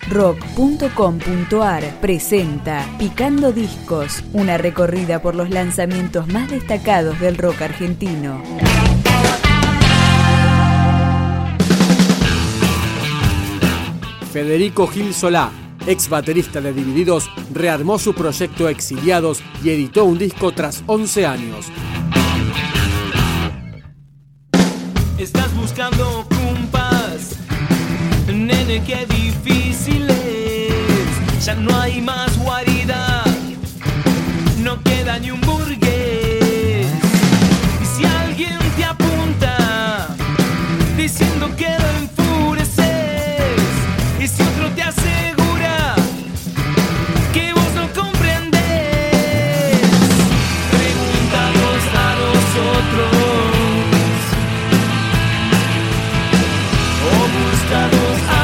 rock.com.ar presenta Picando Discos, una recorrida por los lanzamientos más destacados del rock argentino. Federico Gil Solá, ex baterista de Divididos, rearmó su proyecto Exiliados y editó un disco tras 11 años. Estás buscando compas, nene, qué difícil es. Ya no hay más guarida, no queda ni un burgués. Y si alguien te apunta diciendo que lo enfureces, y si otro te asegura que vos no comprendés, pregúntanos a nosotros. Búscanos a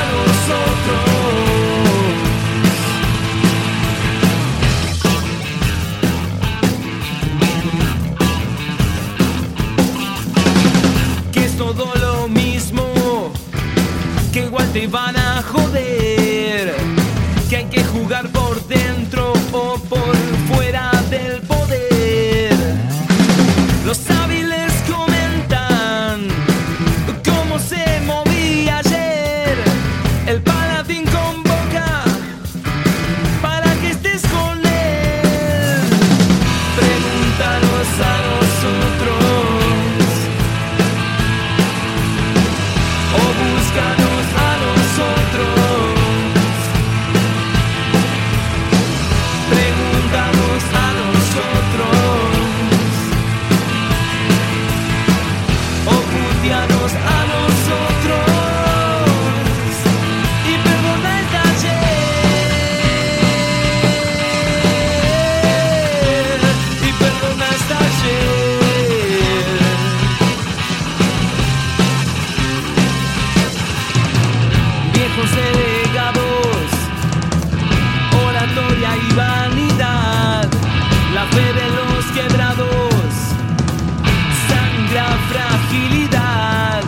nosotros. Que es todo lo mismo, que igual te van a joder, que hay que jugar por dentro o por fuera del poder. Los hábiles comentan cómo se movía ayer. El paladín convoca para que estés con él. Pregúntanos a nosotros o búscanos a nosotros. Pregúntanos a nosotros o puteanos a nosotros. Delegados, oratoria y vanidad, la fe de los quebrados, sangra fragilidad.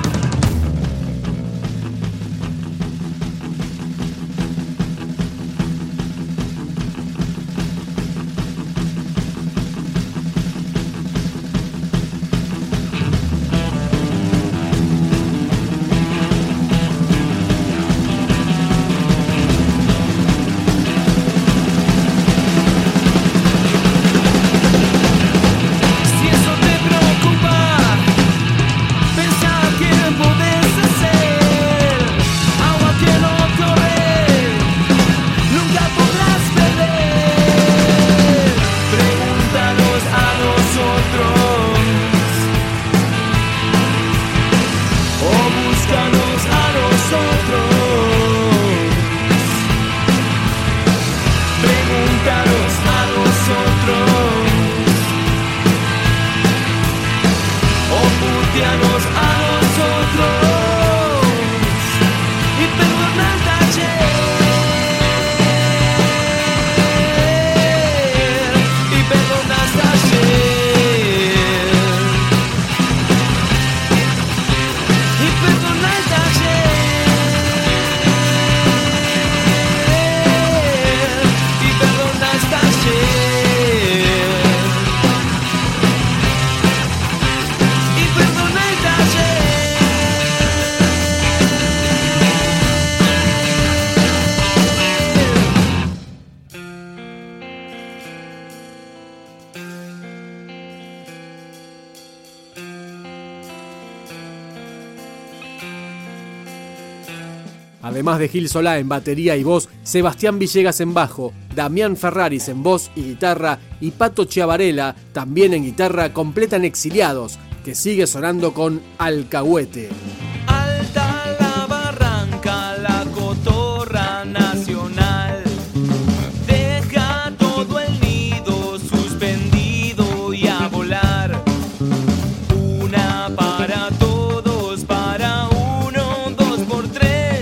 Además de Gil Solá en batería y voz, Sebastián Villegas en bajo, Damián Ferraris en voz y guitarra y Pato Chiavarela también en guitarra completan Exiliados, que sigue sonando con Alcahuete. Alta la barranca, la cotorra nacional, deja todo el nido suspendido y a volar. Una para todos, para uno, dos por tres.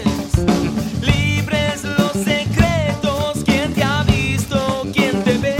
Libres los secretos, ¿quién te ha visto? ¿Quién te ve?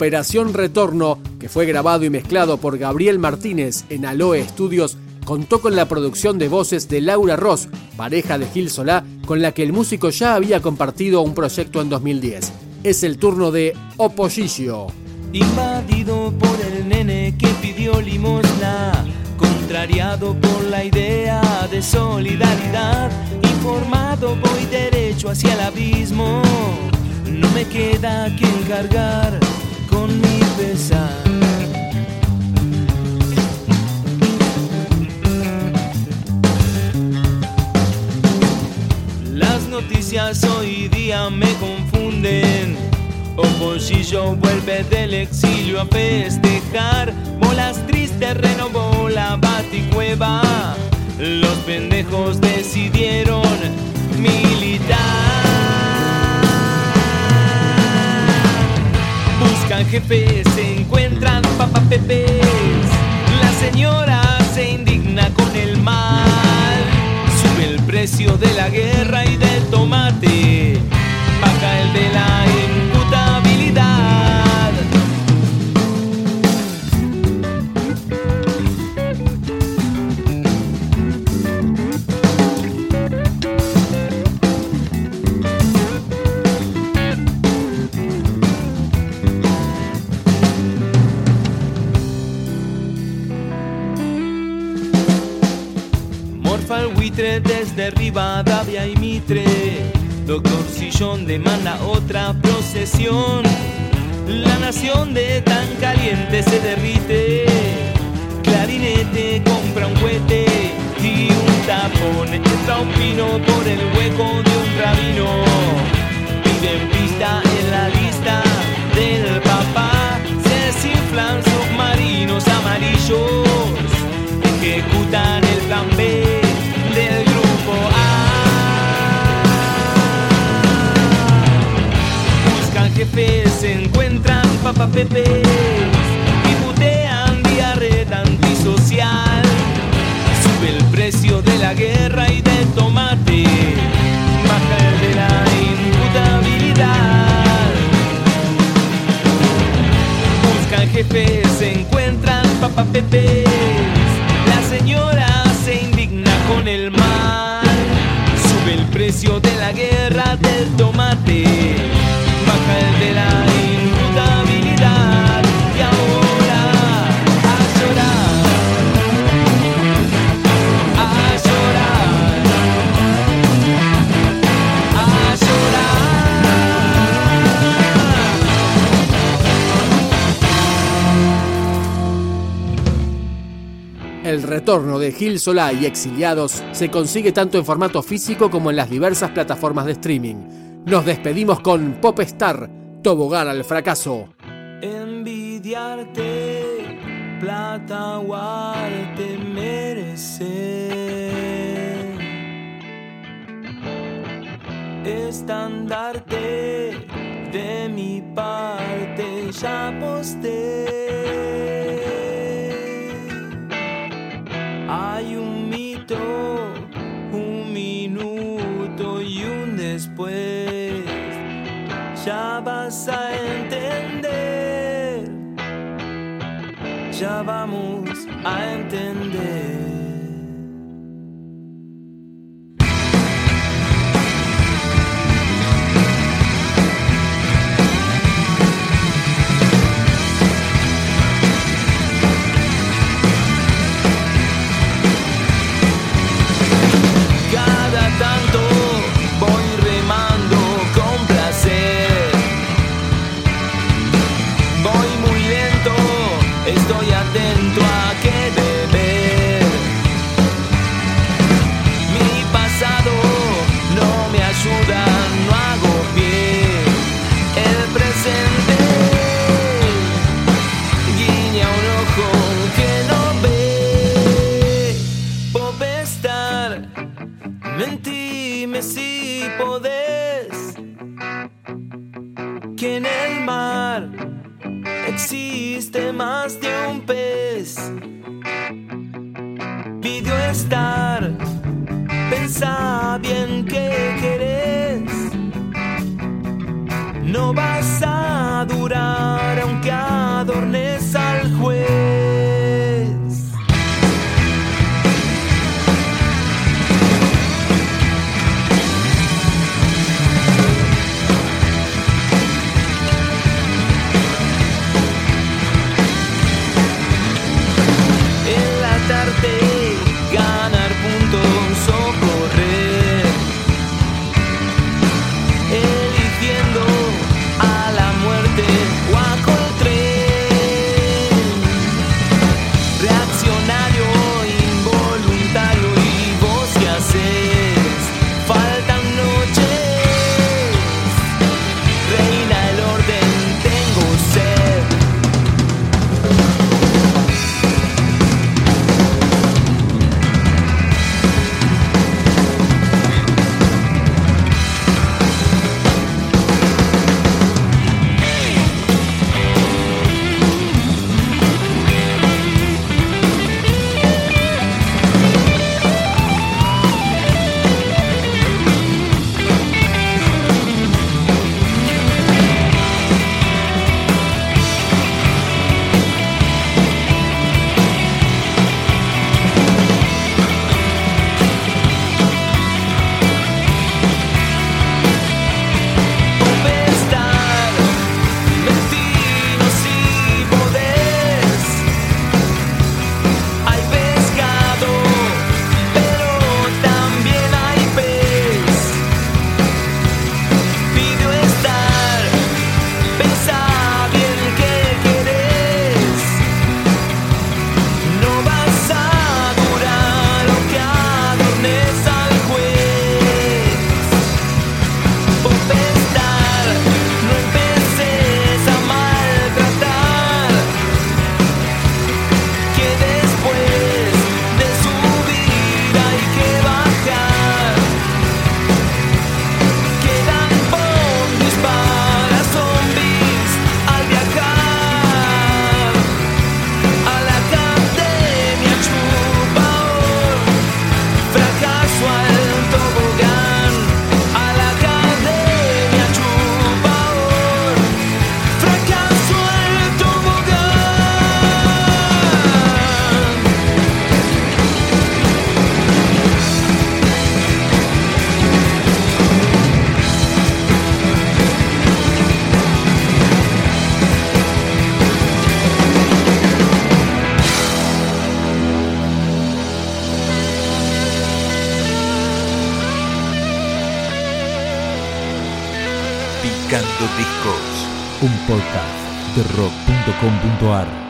Operación Retorno, que fue grabado y mezclado por Gabriel Martínez en Aloe Studios, contó con la producción de voces de Laura Ross, pareja de Gil Solá, con la que el músico ya había compartido un proyecto en 2010. Es el turno de Opollillo. Invadido por el nene que pidió limosna, contrariado por la idea de solidaridad, informado voy derecho hacia el abismo, no me queda quien cargar con mi pesar. Las noticias hoy día me confunden. Opollillo vuelve del exilio a festejar. Bolas tristes renovó la baticueva. Los pendejos decidieron militar. Buscan jefes, se encuentran papapepes. La señora se indigna con el mal. Sube el precio de la guerra y del tomate. Baja el de la imputabilidad. Morfa el buitre desde Rivadavia y Mitre. Doctor Sillón demanda otra procesión. La nación de tan caliente se derrite. Clarinete compra un cohete y un tapón. Entra un pino por el hueco de un rabino. Piden pista en la lista del papá. Se desinflan submarinos amarillos. Ejecutan el plan B del grupo A. Jefes, se encuentran papapepes y putean diarrea antisocial. Sube el precio de la guerra y del tomate. Baja el de la imputabilidad. Buscan jefes, se encuentran papapepes. La señora se indigna con el mal. Sube el precio de la guerra del tomate. Baja el de la imputabilidad. Y ahora a llorar, a llorar, a llorar. El retorno de Gil Solá y Exiliados se consigue tanto en formato físico como en las diversas plataformas de streaming. Nos despedimos con Popstar, Tobogán al fracaso. Envidiarte, plata o arte merecer. Estandarte de mi parte ya aposté. Hay un mito, un minuto y un después. Ya vas a entender, ya vamos a entender. Cada tanto voy remando con placer. Voy muy lento, estoy atento a qué beber. Mi pasado no me ayuda, no hago pie. El presente guiña un ojo que no ve. Popstar, mentime si podés, que en el mar existe más de un pez. Pidió estar, pensá bien qué querés. No vas a durar aunque juez. Ganar puntos o correr, eligiendo a la muerte o a Coltrane. Reaccionario, involuntario, y vos qué haces, faltan noches, reina el orden, tengo sed. Picando Discos, un podcast de rock.com.ar.